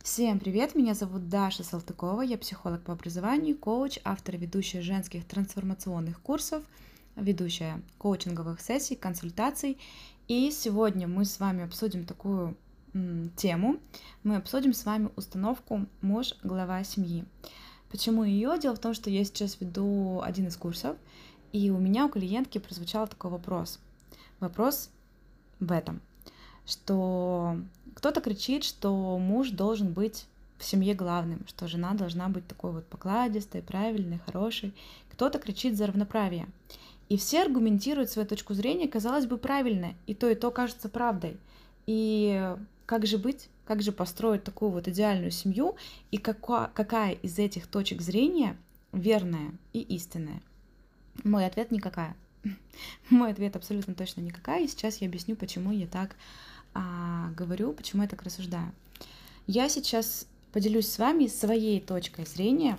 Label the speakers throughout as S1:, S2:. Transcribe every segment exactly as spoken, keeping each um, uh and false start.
S1: Всем привет, меня зовут Даша Салтыкова, я психолог по образованию, коуч, автор и ведущая женских трансформационных курсов, ведущая коучинговых сессий, консультаций. И сегодня мы с вами обсудим такую м, тему, мы обсудим с вами установку «Муж– глава семьи». Почему ее? Дело в том, что я сейчас веду один из курсов, и у меня у клиентки прозвучал такой вопрос. Вопрос в этом, что кто-то кричит, что муж должен быть в семье главным, что жена должна быть такой вот покладистой, правильной, хорошей. Кто-то кричит за равноправие. И все аргументируют свою точку зрения, казалось бы, правильно, и то, и то кажется правдой. И как же быть? Как же построить такую вот идеальную семью? И какая, какая из этих точек зрения верная и истинная? Мой ответ никакая. Мой ответ абсолютно точно никакая, и сейчас я объясню, почему я так а, говорю, почему я так рассуждаю. Я сейчас поделюсь с вами своей точкой зрения,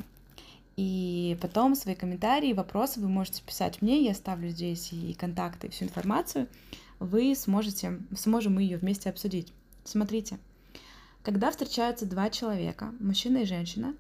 S1: и потом свои комментарии, вопросы вы можете писать мне, я оставлю здесь и контакты, и всю информацию, вы сможете, сможем мы ее вместе обсудить. Смотрите, когда встречаются два человека, мужчина и женщина,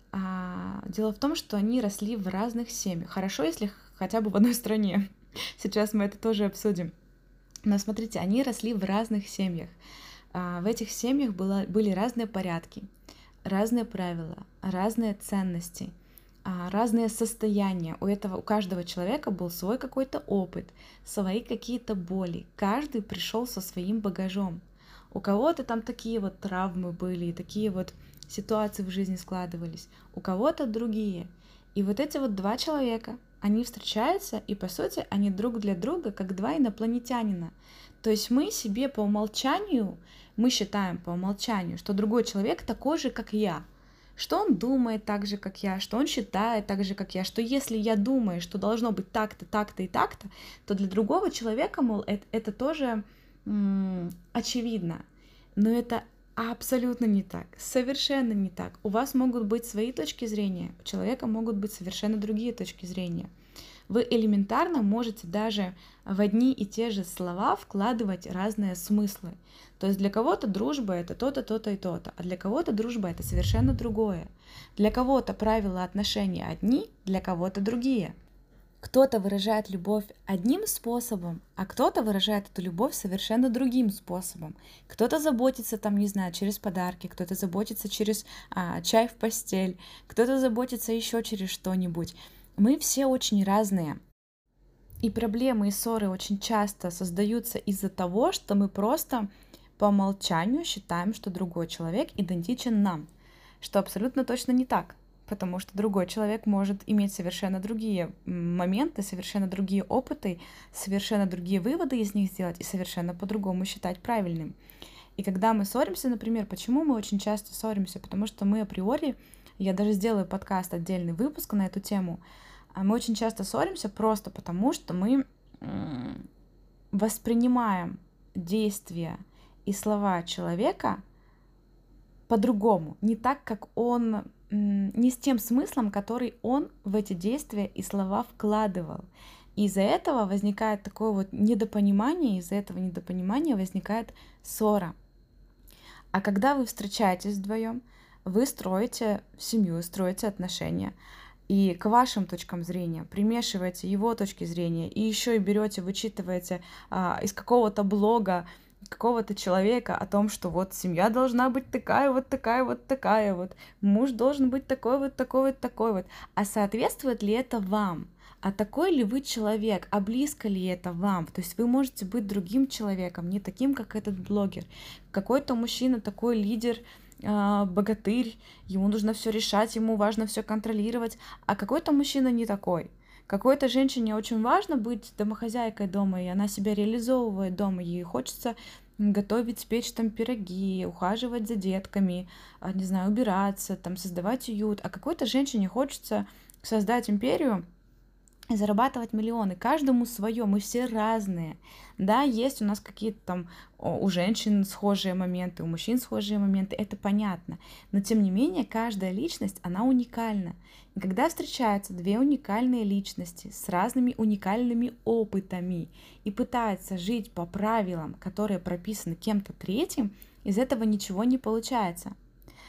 S1: а, дело в том, что они росли в разных семьях. Хорошо, если хотя бы в одной стране. Сейчас мы это тоже обсудим. Но смотрите, они росли в разных семьях. В этих семьях было, были разные порядки, разные правила, разные ценности, разные состояния. У этого, у каждого человека был свой какой-то опыт, свои какие-то боли. Каждый пришел со своим багажом. У кого-то там такие вот травмы были, такие вот ситуации в жизни складывались, у кого-то другие. И вот эти вот два человека, они встречаются, и по сути они друг для друга как два инопланетянина. То есть мы себе по умолчанию, мы считаем по умолчанию, что другой человек такой же, как я, что он думает так же, как я, что он считает так же, как я, что если я думаю, что должно быть так-то, так-то и так-то, то для другого человека, мол, это, это тоже м- очевидно. Но это абсолютно не так, совершенно не так. У вас могут быть свои точки зрения, у человека могут быть совершенно другие точки зрения. Вы элементарно можете даже в одни и те же слова вкладывать разные смыслы. То есть для кого-то дружба — это то-то, то-то и то-то, а для кого-то дружба — это совершенно другое. Для кого-то правила отношений одни, для кого-то другие. Кто-то выражает любовь одним способом, а кто-то выражает эту любовь совершенно другим способом. Кто-то заботится, там, не знаю, через подарки, кто-то заботится через а, чай в постель, кто-то заботится еще через что-нибудь. Мы все очень разные. И проблемы и ссоры очень часто создаются из-за того, что мы просто по умолчанию считаем, что другой человек идентичен нам, что абсолютно точно не так. Потому что другой человек может иметь совершенно другие моменты, совершенно другие опыты, совершенно другие выводы из них сделать и совершенно по-другому считать правильным. И когда мы ссоримся, например, почему мы очень часто ссоримся? Потому что мы априори, я даже сделаю подкаст, отдельный выпуск на эту тему, мы очень часто ссоримся просто потому, что мы воспринимаем действия и слова человека по-другому, не так, как он, не с тем смыслом, который он в эти действия и слова вкладывал. И из-за этого возникает такое вот недопонимание, из-за этого недопонимания возникает ссора. А когда вы встречаетесь вдвоем, вы строите семью, строите отношения, и к вашим точкам зрения примешиваете его точки зрения, и еще и берете, вычитываете а, из какого-то блога какого-то человека о том, что вот семья должна быть такая, вот такая, вот такая, вот муж должен быть такой, вот такой, вот такой вот. А соответствует ли это вам? А такой ли вы человек? А близко ли это вам? То есть вы можете быть другим человеком, не таким, как этот блогер. Какой-то мужчина, такой лидер, богатырь, ему нужно все решать, ему важно все контролировать, а какой-то мужчина не такой. Какой-то женщине очень важно быть домохозяйкой дома, и она себя реализовывает дома, ей хочется готовить, печь там пироги, ухаживать за детками, не знаю, убираться, там, создавать уют, а какой-то женщине хочется создать империю и зарабатывать миллионы. Каждому свое, мы все разные. Да, есть у нас какие-то там у женщин схожие моменты, у мужчин схожие моменты, это понятно. Но тем не менее, каждая личность, она уникальна. И когда встречаются две уникальные личности с разными уникальными опытами и пытаются жить по правилам, которые прописаны кем-то третьим, из этого ничего не получается.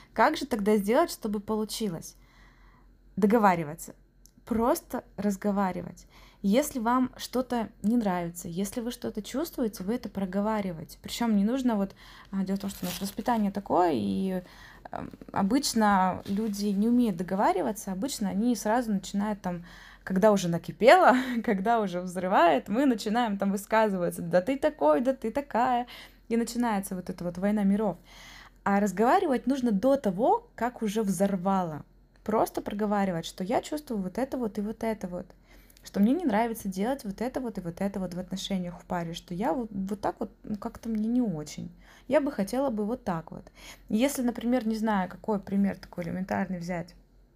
S1: Как же тогда сделать, чтобы получилось? Договариваться. Просто разговаривать. Если вам что-то не нравится, если вы что-то чувствуете, вы это проговариваете. Причем не нужно вот... а, Дело в том, что у нас воспитание такое, и э, обычно люди не умеют договариваться, обычно они сразу начинают там, когда уже накипело, когда уже взрывает, мы начинаем там высказываться: да ты такой, да ты такая, и начинается вот эта вот война миров. А разговаривать нужно до того, как уже взорвало. Просто проговаривать, что я чувствую вот это вот и вот это вот, что мне не нравится делать вот это вот и вот это вот в отношениях в паре, что я вот, вот так вот, ну, как-то мне не очень. Я бы хотела бы вот так вот. Если, например, не знаю, какой пример такой элементарный взять.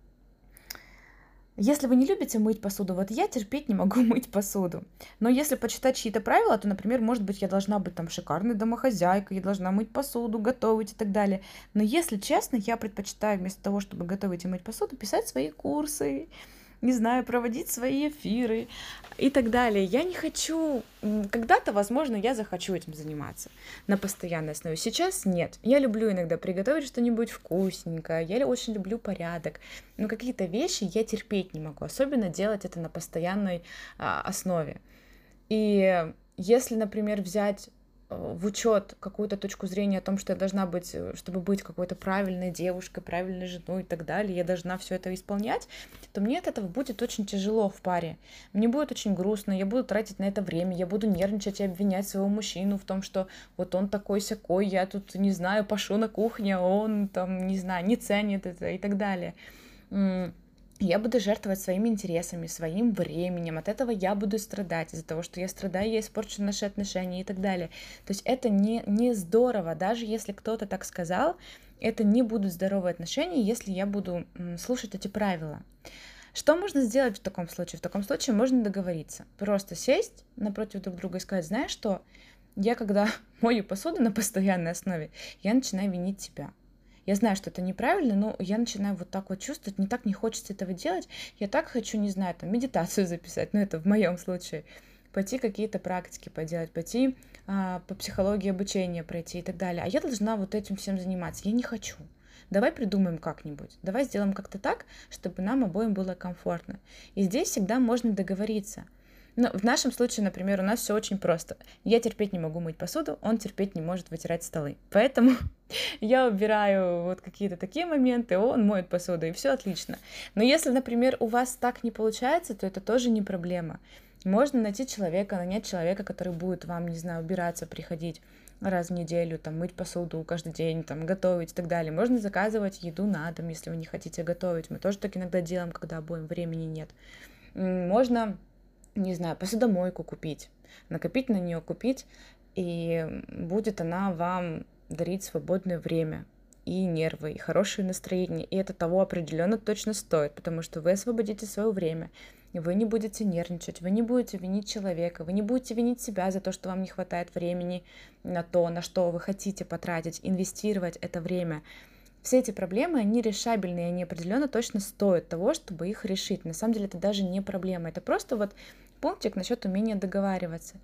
S1: Если вы не любите мыть посуду, вот я терпеть не могу мыть посуду. Но если почитать чьи-то правила, то, например, может быть, я должна быть там шикарной домохозяйкой, я должна мыть посуду, готовить и так далее. Но если честно, я предпочитаю вместо того, чтобы готовить и мыть посуду, писать свои курсы, не знаю, проводить свои эфиры и так далее. Я не хочу... Когда-то, возможно, я захочу этим заниматься на постоянной основе. Сейчас нет. Я люблю иногда приготовить что-нибудь вкусненькое, я очень люблю порядок, но какие-то вещи я терпеть не могу, особенно делать это на постоянной а, основе. И если, например, взять в учет какую-то точку зрения о том, что я должна быть, чтобы быть какой-то правильной девушкой, правильной женой и так далее, я должна все это исполнять, то мне от этого будет очень тяжело в паре. Мне будет очень грустно, я буду тратить на это время, я буду нервничать и обвинять своего мужчину в том, что вот он такой-сякой, я тут, не знаю, пашу на кухне, а он там, не знаю, не ценит это и так далее. Я буду жертвовать своими интересами, своим временем. От этого я буду страдать. Из-за того, что я страдаю, я испорчу наши отношения и так далее. То есть это не, не здорово. Даже если кто-то так сказал, это не будут здоровые отношения, если я буду слушать эти правила. Что можно сделать в таком случае? В таком случае можно договориться. Просто сесть напротив друг друга и сказать: знаешь что, я когда мою посуду на постоянной основе, я начинаю винить тебя. Я знаю, что это неправильно, но я начинаю вот так вот чувствовать, мне так не хочется этого делать, я так хочу, не знаю, там, медитацию записать, ну, это в моем случае, пойти какие-то практики поделать, пойти а, по психологии обучения пройти и так далее, а я должна вот этим всем заниматься, я не хочу. Давай придумаем как-нибудь, давай сделаем как-то так, чтобы нам обоим было комфортно. И здесь всегда можно договориться. Ну, в нашем случае, например, у нас все очень просто. Я терпеть не могу мыть посуду, он терпеть не может вытирать столы. Поэтому я убираю вот какие-то такие моменты, он моет посуду, и все отлично. Но если, например, у вас так не получается, то это тоже не проблема. Можно найти человека, нанять человека, который будет вам, не знаю, убираться, приходить раз в неделю, там, мыть посуду каждый день, там, готовить и так далее. Можно заказывать еду на дом, если вы не хотите готовить. Мы тоже так иногда делаем, когда обоим времени нет. Можно, не знаю, посудомойку купить, накопить на нее, купить, и будет она вам дарить свободное время и нервы, и хорошее настроение, и это того определенно точно стоит, потому что вы освободите свое время, и вы не будете нервничать, вы не будете винить человека, вы не будете винить себя за то, что вам не хватает времени на то, на что вы хотите потратить, инвестировать это время. Все эти проблемы, они решабельные, они определенно точно стоят того, чтобы их решить. На самом деле это даже не проблема, это просто вот пунктик насчет умения договариваться.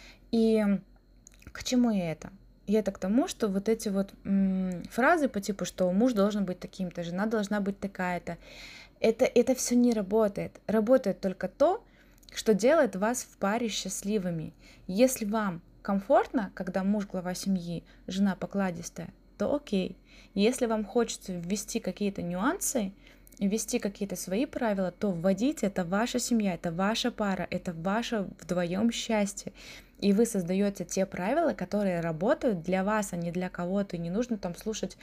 S1: И к чему я это? И это к тому, что вот эти вот м, фразы по типу, что муж должен быть таким-то, жена должна быть такая-то, это, это все не работает. Работает только то, что делает вас в паре счастливыми. Если вам комфортно, когда муж глава семьи, жена покладистая, то окей. Если вам хочется ввести какие-то нюансы, ввести какие-то свои правила, то вводите, это ваша семья, это ваша пара, это ваше вдвоем счастье. И вы создаете те правила, которые работают для вас, а не для кого-то. И не нужно там слушать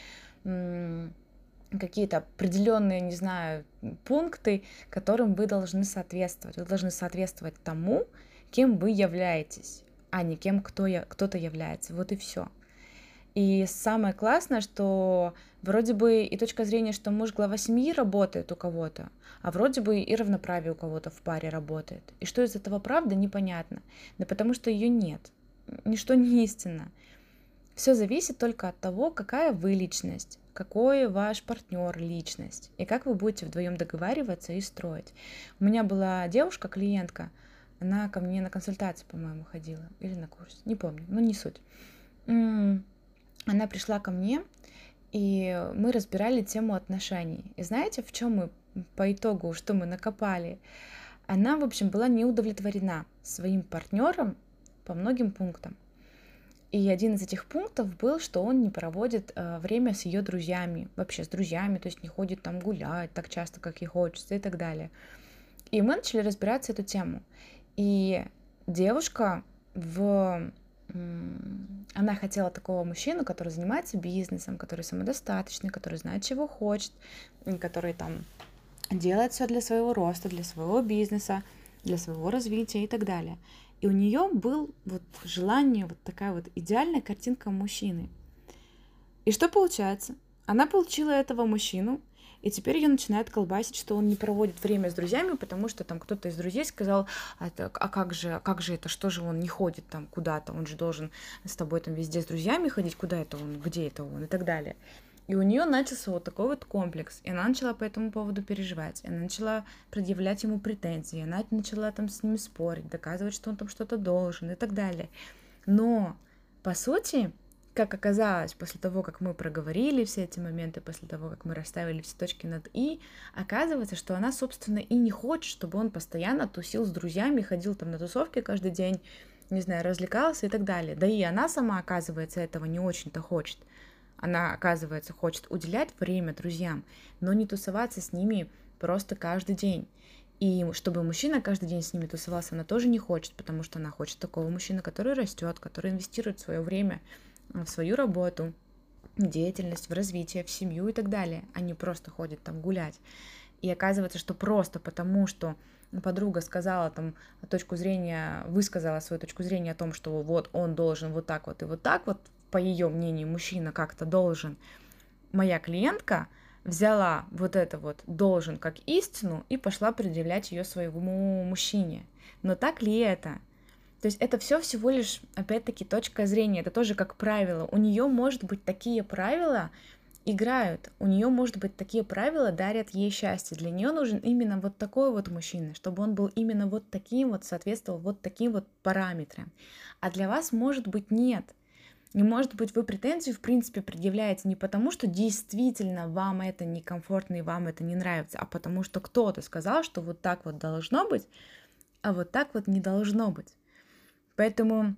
S1: м- какие-то определенные, не знаю, пункты, которым вы должны соответствовать. Вы должны соответствовать тому, кем вы являетесь, а не кем кто я, кто-то является. Вот и все. И самое классное, что вроде бы и точка зрения, что муж глава семьи работает у кого-то, а вроде бы и равноправие у кого-то в паре работает. И что из этого правда, непонятно. Да потому что ее нет. Ничто не истинно. Все зависит только от того, какая вы личность, какой ваш партнер личность, и как вы будете вдвоем договариваться и строить. У меня была девушка, клиентка, она ко мне на консультацию, по-моему, ходила, или на курс, не помню, но не суть. Она пришла ко мне, и мы разбирали тему отношений. И знаете, в чем мы по итогу, что мы накопали? Она, в общем, была не удовлетворена своим партнером по многим пунктам. И один из этих пунктов был, что он не проводит э, время с ее друзьями, вообще с друзьями, то есть не ходит там гулять так часто, как ей хочется и так далее. И мы начали разбираться эту тему. И девушка в... Она хотела такого мужчину, который занимается бизнесом, который самодостаточный, который знает, чего хочет, который там делает все для своего роста, для своего бизнеса, для своего развития и так далее. И у нее был вот желание, вот такая вот идеальная картинка мужчины. И что получается? Она получила этого мужчину, и теперь ее начинает колбасить, что он не проводит время с друзьями, потому что там кто-то из друзей сказал, а, это, а как же, а как же это, что же он не ходит там куда-то, он же должен с тобой там везде с друзьями ходить, куда это он, где это он и так далее. И у нее начался вот такой вот комплекс, и она начала по этому поводу переживать, и она начала предъявлять ему претензии, она начала там с ним спорить, доказывать, что он там что-то должен и так далее. Но, по сути, как оказалось, после того, как мы проговорили все эти моменты, после того, как мы расставили все точки над «и», оказывается, что она, собственно, и не хочет, чтобы он постоянно тусил с друзьями, ходил там на тусовки каждый день, не знаю, развлекался и так далее. Да и она сама, оказывается, этого не очень-то хочет. Она, оказывается, хочет уделять время друзьям, но не тусоваться с ними просто каждый день. И чтобы мужчина каждый день с ними тусовался, она тоже не хочет, потому что она хочет такого мужчину, который растет, который инвестирует свое время в свою работу, в деятельность, в развитие, в семью и так далее, а не просто ходит там гулять. И оказывается, что просто потому, что подруга сказала там точку зрения, высказала свою точку зрения о том, что вот он должен вот так вот и вот так вот, по ее мнению, мужчина как-то должен. Моя клиентка взяла вот это вот должен как истину и пошла предъявлять ее своему мужчине. Но так ли это? То есть это все всего лишь, опять-таки, точка зрения. Это тоже как правило. У нее, может быть, такие правила играют. У нее, может быть, такие правила дарят ей счастье. Для нее нужен именно вот такой вот мужчина, чтобы он был именно вот таким вот, соответствовал вот таким вот параметрам. А для вас, может быть, нет. И, может быть, вы претензию, в принципе, предъявляете не потому, что действительно вам это некомфортно и вам это не нравится, а потому что кто-то сказал, что вот так вот должно быть, а вот так вот не должно быть. Поэтому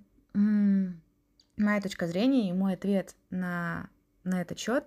S1: м- моя точка зрения и мой ответ на, на этот счет,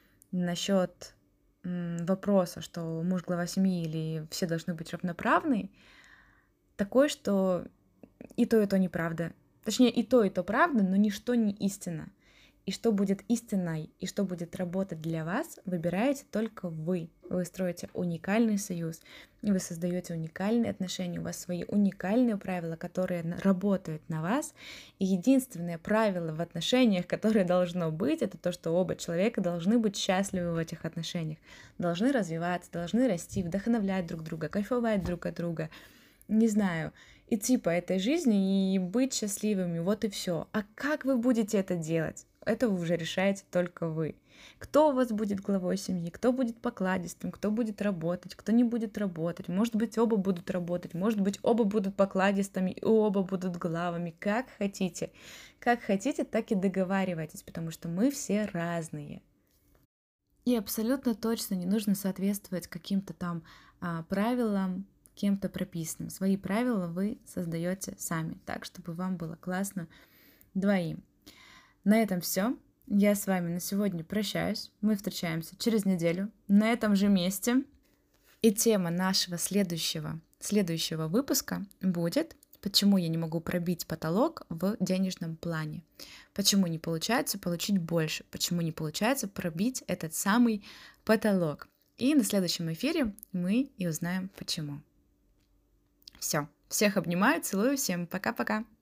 S1: насчет м- вопроса, что муж глава семьи или все должны быть равноправны, такой, что и то, и то неправда. Точнее, и то, и то правда, но ничто не истина. И что будет истиной, и что будет работать для вас, выбираете только вы. Вы строите уникальный союз, и вы создаете уникальные отношения, у вас свои уникальные правила, которые работают на вас. И единственное правило в отношениях, которое должно быть, это то, что оба человека должны быть счастливы в этих отношениях, должны развиваться, должны расти, вдохновлять друг друга, кайфовать друг от друга. Не знаю, идти по этой жизни и быть счастливыми, вот и все. А как вы будете это делать? Это вы уже решаете только вы. Кто у вас будет главой семьи, кто будет покладистым, кто будет работать, кто не будет работать. Может быть, оба будут работать, может быть, оба будут покладистыми и оба будут главами. Как хотите. Как хотите, так и договаривайтесь, потому что мы все разные. И абсолютно точно не нужно соответствовать каким-то там а, правилам, кем-то прописанным. Свои правила вы создаете сами, так, чтобы вам было классно двоим. На этом все. Я с вами на сегодня прощаюсь. Мы встречаемся через неделю на этом же месте. И тема нашего следующего, следующего выпуска будет «Почему я не могу пробить потолок в денежном плане?» Почему не получается получить больше? Почему не получается пробить этот самый потолок? И на следующем эфире мы и узнаем почему. Все. Всех обнимаю, целую, всем пока-пока.